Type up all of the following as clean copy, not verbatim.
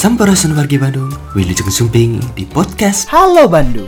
Sampurasun wargi Bandung, Wilujeng Sumping di podcast Halo Bandung.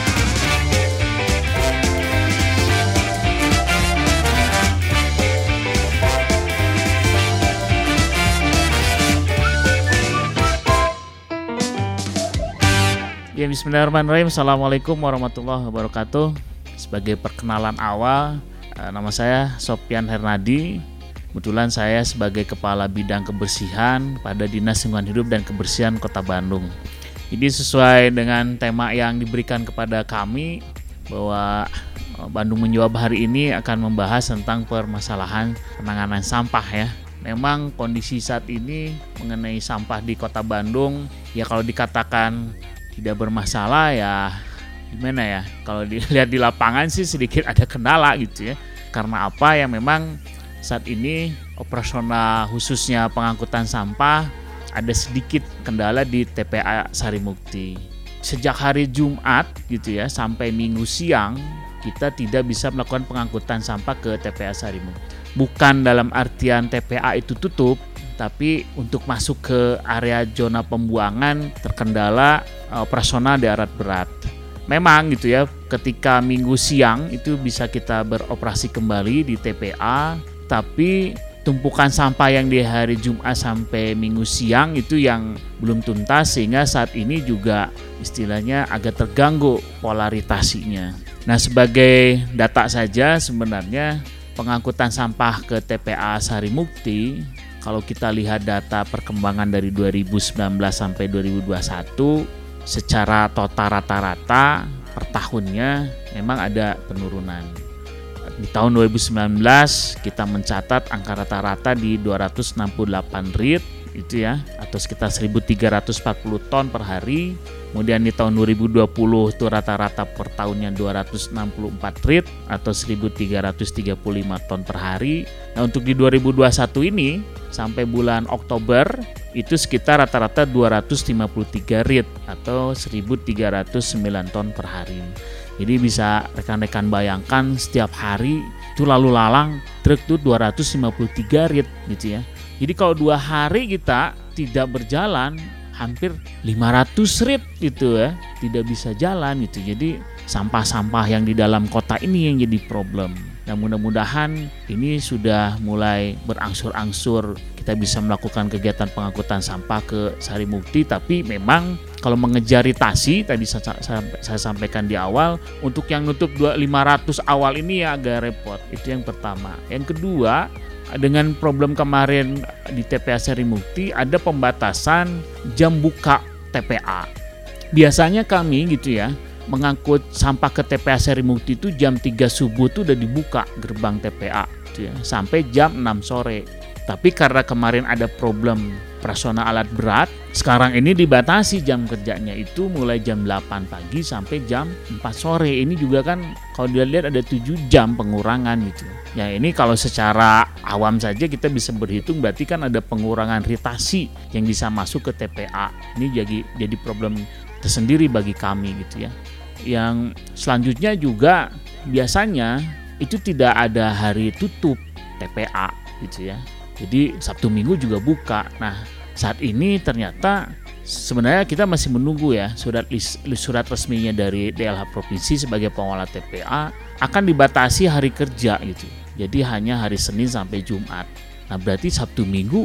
Ya, bismillahirrahmanirrahim. Assalamualaikum warahmatullahi wabarakatuh. Sebagai perkenalan awal, nama saya Sopyan Hernadi. Kebetulan saya sebagai Kepala Bidang Kebersihan pada Dinas Lingkungan Hidup dan Kebersihan Kota Bandung. Jadi sesuai dengan tema yang diberikan kepada kami bahwa Bandung Menjawab hari ini akan membahas tentang permasalahan penanganan sampah ya. Memang kondisi saat ini mengenai sampah di Kota Bandung ya kalau dikatakan tidak bermasalah ya gimana ya. Kalau dilihat di lapangan sih sedikit ada kendala gitu ya. Karena apa ya memang saat ini operasional khususnya pengangkutan sampah ada sedikit kendala di TPA Sarimukti. Sejak hari Jumat gitu ya sampai Minggu siang kita tidak bisa melakukan pengangkutan sampah ke TPA Sarimukti. Bukan dalam artian TPA itu tutup, tapi untuk masuk ke area zona pembuangan terkendala operasional darat berat. Memang gitu ya ketika Minggu siang itu bisa kita beroperasi kembali di TPA. Tapi tumpukan sampah yang di hari Jumat sampai Minggu siang itu yang belum tuntas sehingga saat ini juga istilahnya agak terganggu polarisasinya. Nah sebagai data saja sebenarnya pengangkutan sampah ke TPA Sarimukti kalau kita lihat data perkembangan dari 2019 sampai 2021 secara total rata-rata per tahunnya memang ada penurunan. Di tahun 2019 kita mencatat angka rata-rata di 268 rit itu ya atau sekitar 1.340 ton per hari. Kemudian di tahun 2020 itu rata-rata per tahunnya 264 rit atau 1.335 ton per hari. Nah untuk di 2021 ini sampai bulan Oktober itu sekitar rata-rata 253 rit atau 1.309 ton per hari. Jadi bisa rekan-rekan bayangkan setiap hari itu lalu lalang truk itu 253 rit gitu ya. Jadi kalau 2 hari kita tidak berjalan hampir 500 rit gitu ya, tidak bisa jalan gitu. Jadi sampah-sampah yang di dalam kota ini yang jadi problem. Nah mudah-mudahan ini sudah mulai berangsur-angsur kita bisa melakukan kegiatan pengangkutan sampah ke Sarimukti. Tapi memang kalau mengejar ritasi tadi saya sampaikan di awal untuk yang nutup 500 awal ini ya agak repot. Itu yang pertama. Yang kedua dengan problem kemarin di TPA Sarimukti ada pembatasan jam buka TPA. Biasanya kami gitu ya mengangkut sampah ke TPA Sarimukti itu jam 3 subuh itu udah dibuka gerbang TPA gitu ya, sampai jam 6 sore. Tapi karena kemarin ada problem operasional alat berat, sekarang ini dibatasi jam kerjanya itu mulai jam 8 pagi sampai jam 4 sore. Ini juga kan kalau dilihat ada 7 jam pengurangan gitu. Ya ini kalau secara awam saja kita bisa berhitung berarti kan ada pengurangan ritasi yang bisa masuk ke TPA. Ini jadi problem tersendiri bagi kami gitu ya. Yang selanjutnya juga biasanya itu tidak ada hari tutup TPA gitu ya. Jadi Sabtu Minggu juga buka. Nah saat ini ternyata sebenarnya kita masih menunggu ya surat resminya dari DLH Provinsi sebagai pengelola TPA akan dibatasi hari kerja gitu. Jadi hanya hari Senin sampai Jumat. Nah berarti Sabtu Minggu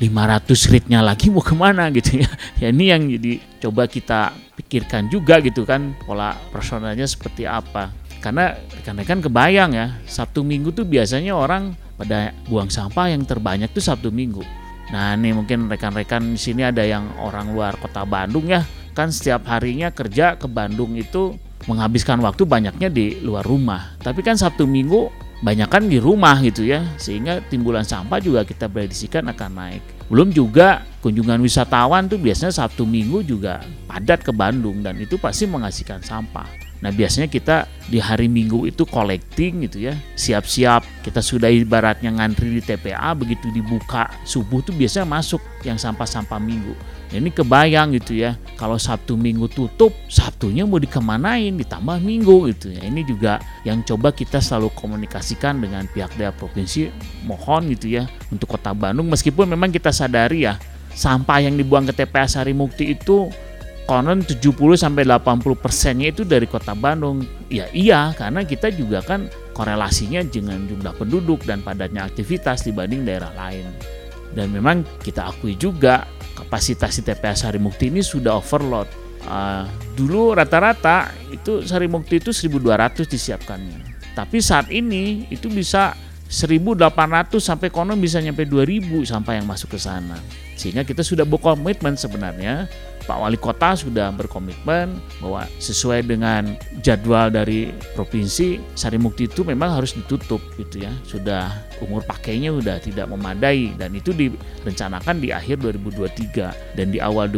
500 ritnya lagi mau kemana gitu ya. Ya ini yang jadi coba kita pikirkan juga gitu kan pola personalnya seperti apa. Karena rekan-rekan kebayang ya Sabtu Minggu tuh biasanya orang pada buang sampah yang terbanyak tuh Sabtu Minggu. Nah ini mungkin rekan-rekan di sini ada yang orang luar kota Bandung ya. Kan setiap harinya kerja ke Bandung itu menghabiskan waktu banyaknya di luar rumah. Tapi kan Sabtu Minggu banyakkan di rumah gitu ya, sehingga timbulan sampah juga kita prediksikan akan naik. Belum juga kunjungan wisatawan tuh biasanya Sabtu Minggu juga padat ke Bandung dan itu pasti menghasilkan sampah. Nah biasanya kita di hari Minggu itu collecting gitu ya, siap-siap kita sudah ibaratnya ngantri di TPA, begitu dibuka subuh tuh biasanya masuk yang sampah-sampah Minggu. Nah, ini kebayang gitu ya, kalau Sabtu Minggu tutup, Sabtunya mau dikemanain, ditambah Minggu gitu ya. Ini juga yang coba kita selalu komunikasikan dengan pihak daerah provinsi, mohon gitu ya untuk Kota Bandung, meskipun memang kita sadari ya sampah yang dibuang ke TPA Sarimukti itu konon 70-80%-nya itu dari Kota Bandung. Ya iya, karena kita juga kan korelasinya dengan jumlah penduduk dan padatnya aktivitas dibanding daerah lain. Dan memang kita akui juga kapasitas di TPA Sarimukti ini sudah overload. Dulu rata-rata itu Sarimukti itu 1.200 disiapkannya. Tapi saat ini itu bisa 1.800 sampai konon bisa nyampe 2.000 sampah yang masuk ke sana. Sehingga kita sudah berkomitmen sebenarnya, Pak Wali Kota sudah berkomitmen bahwa sesuai dengan jadwal dari provinsi, Sarimukti itu memang harus ditutup gitu ya. Sudah umur pakainya sudah tidak memadai dan itu direncanakan di akhir 2023 dan di awal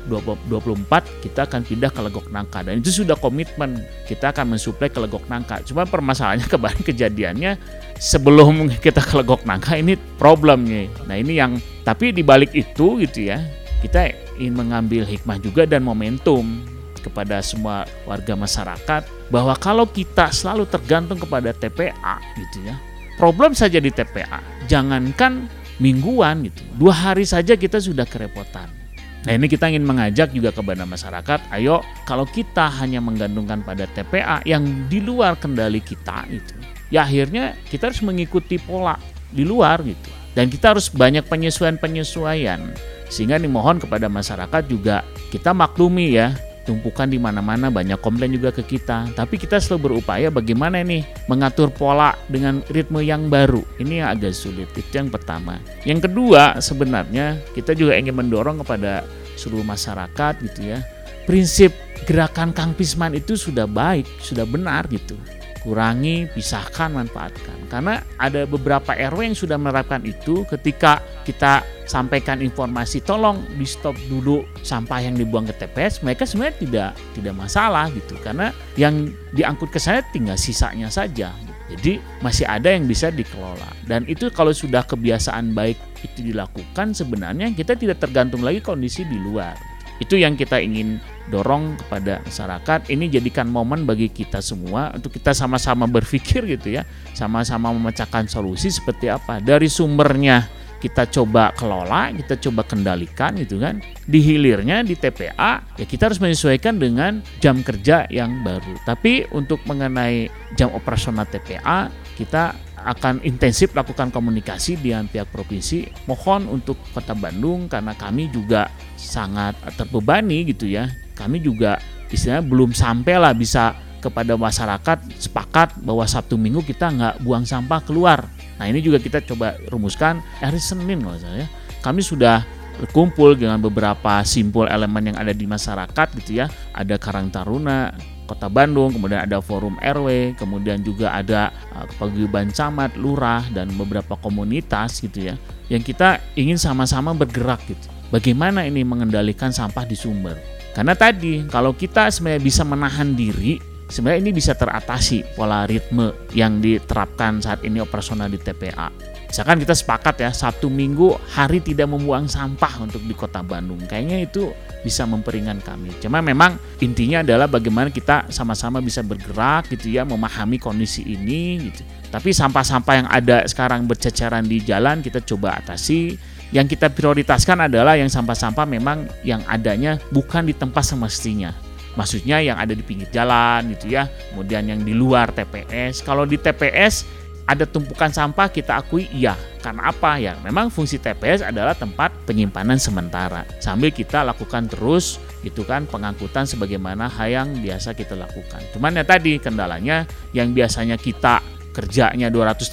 2024 kita akan pindah ke Legok Nangka dan itu sudah komitmen kita akan mensuplai ke Legok Nangka. Cuma permasalahannya kemarin kejadiannya sebelum kita ke Legok Nangka ini problemnya. Nah ini yang tapi di balik itu gitu ya, kita ingin mengambil hikmah juga dan momentum kepada semua warga masyarakat bahwa kalau kita selalu tergantung kepada TPA gitu ya, problem saja di TPA, jangankan mingguan gitu, 2 hari saja kita sudah kerepotan. Nah ini kita ingin mengajak juga kepada masyarakat, ayo kalau kita hanya menggantungkan pada TPA yang di luar kendali kita gitu, ya akhirnya kita harus mengikuti pola di luar gitu. Dan kita harus banyak penyesuaian. Sehingga dimohon kepada masyarakat juga kita maklumi ya, tumpukan di mana-mana banyak komplain juga ke kita. Tapi kita selalu berupaya bagaimana nih mengatur pola dengan ritme yang baru. Ini yang agak sulit. Itu yang pertama. Yang kedua sebenarnya kita juga ingin mendorong kepada seluruh masyarakat gitu ya. Prinsip gerakan Kang Pisman itu sudah baik, sudah benar gitu. Kurangi, pisahkan, manfaatkan. Karena ada beberapa RW yang sudah menerapkan itu ketika kita sampaikan informasi tolong di stop dulu sampah yang dibuang ke TPS, mereka sebenarnya tidak masalah gitu. Karena yang diangkut ke sana tinggal sisanya saja. Jadi masih ada yang bisa dikelola. Dan itu kalau sudah kebiasaan baik itu dilakukan sebenarnya kita tidak tergantung lagi kondisi di luar. Itu yang kita ingin dorong kepada masyarakat. Ini jadikan momen bagi kita semua untuk kita sama-sama berpikir gitu ya, sama-sama memecahkan solusi seperti apa. Dari sumbernya kita coba kelola, kita coba kendalikan gitu kan. Di hilirnya di TPA ya kita harus menyesuaikan dengan jam kerja yang baru. Tapi untuk mengenai jam operasional TPA kita akan intensif lakukan komunikasi dengan pihak provinsi. Mohon untuk Kota Bandung karena kami juga sangat terbebani gitu ya. Kami juga istilahnya belum sampai lah bisa kepada masyarakat sepakat bahwa Sabtu Minggu kita nggak buang sampah keluar. Nah ini juga kita coba rumuskan hari Senin kalau saya. Kami sudah berkumpul dengan beberapa simpul elemen yang ada di masyarakat gitu ya. Ada Karang Taruna Kota Bandung, kemudian ada forum RW, kemudian juga ada paguyuban camat, lurah, dan beberapa komunitas gitu ya, yang kita ingin sama-sama bergerak gitu. Bagaimana ini mengendalikan sampah di sumber? Karena tadi kalau kita sebenarnya bisa menahan diri, sebenarnya ini bisa teratasi pola ritme yang diterapkan saat ini operasional di TPA. Misalkan kita sepakat ya, Sabtu Minggu hari tidak membuang sampah untuk di Kota Bandung. Kayaknya itu bisa memperingan kami. Cuma memang intinya adalah bagaimana kita sama-sama bisa bergerak gitu ya, memahami kondisi ini gitu. Tapi sampah-sampah yang ada sekarang berceceran di jalan kita coba atasi. Yang kita prioritaskan adalah yang sampah-sampah memang yang adanya bukan di tempat semestinya. Maksudnya yang ada di pinggir jalan gitu ya. Kemudian yang di luar TPS. Kalau di TPS ada tumpukan sampah kita akui iya. Karena apa ya? Memang fungsi TPS adalah tempat penyimpanan sementara. Sambil kita lakukan terus gitu kan pengangkutan sebagaimana yang biasa kita lakukan. Cuman ya tadi kendalanya yang biasanya kita kerjanya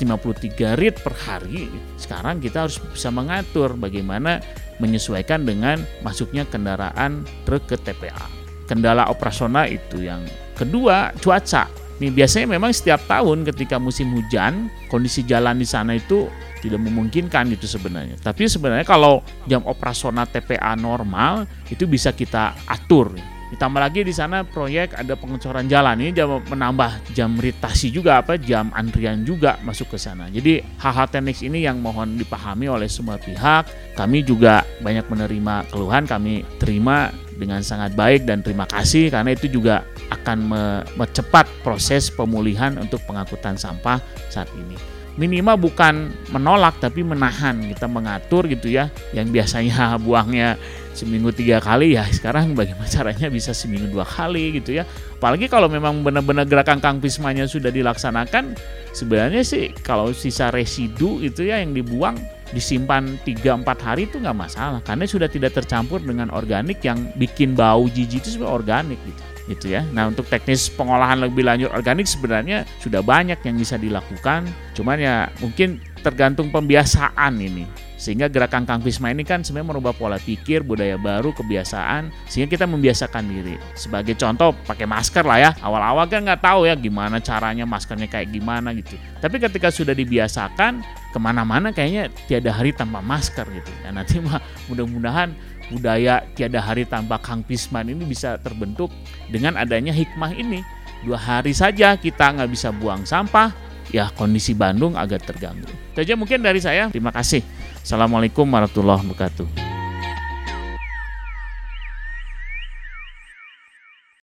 253 rit per hari, sekarang kita harus bisa mengatur bagaimana menyesuaikan dengan masuknya kendaraan truk ke TPA. Kendala operasional itu. Yang kedua, cuaca. Nih biasanya memang setiap tahun ketika musim hujan, kondisi jalan di sana itu tidak memungkinkan itu sebenarnya. Tapi sebenarnya kalau jam operasional TPA normal itu bisa kita atur. Ditambah lagi di sana proyek ada pengecoran jalan, ini menambah jam ritasi juga jam antrian juga masuk ke sana. Jadi hal-hal teknis ini yang mohon dipahami oleh semua pihak. Kami juga banyak menerima keluhan, kami terima dengan sangat baik dan terima kasih karena itu juga akan mempercepat proses pemulihan untuk pengangkutan sampah saat ini. minimal bukan menolak tapi menahan, kita mengatur gitu ya. Yang biasanya buangnya seminggu 3 kali, ya sekarang bagaimana caranya bisa seminggu 2 kali gitu ya. Apalagi kalau memang benar-benar gerakan Kang Pismanya sudah dilaksanakan, sebenarnya sih kalau sisa residu itu ya yang dibuang, disimpan 3-4 hari itu nggak masalah, karena sudah tidak tercampur dengan organik yang bikin bau jijik itu sebenarnya organik gitu ya. Nah, untuk teknis pengolahan lebih lanjut organik sebenarnya sudah banyak yang bisa dilakukan, cuman ya mungkin tergantung pembiasaan ini. Sehingga gerakan Kang Pisma ini kan sebenarnya merubah pola pikir, budaya baru, kebiasaan, sehingga kita membiasakan diri. Sebagai contoh, pakai masker lah ya. Awal-awal kan nggak tahu ya gimana caranya, maskernya kayak gimana gitu. Tapi ketika sudah dibiasakan, kemana-mana kayaknya tiada hari tanpa masker gitu. Ya, nanti mudah-mudahan budaya tiada hari tanpa Kang Pisman ini bisa terbentuk dengan adanya hikmah ini. 2 hari saja kita nggak bisa buang sampah, ya kondisi Bandung agak terganggu. Itu aja mungkin dari saya. Terima kasih. Assalamualaikum warahmatullahi wabarakatuh.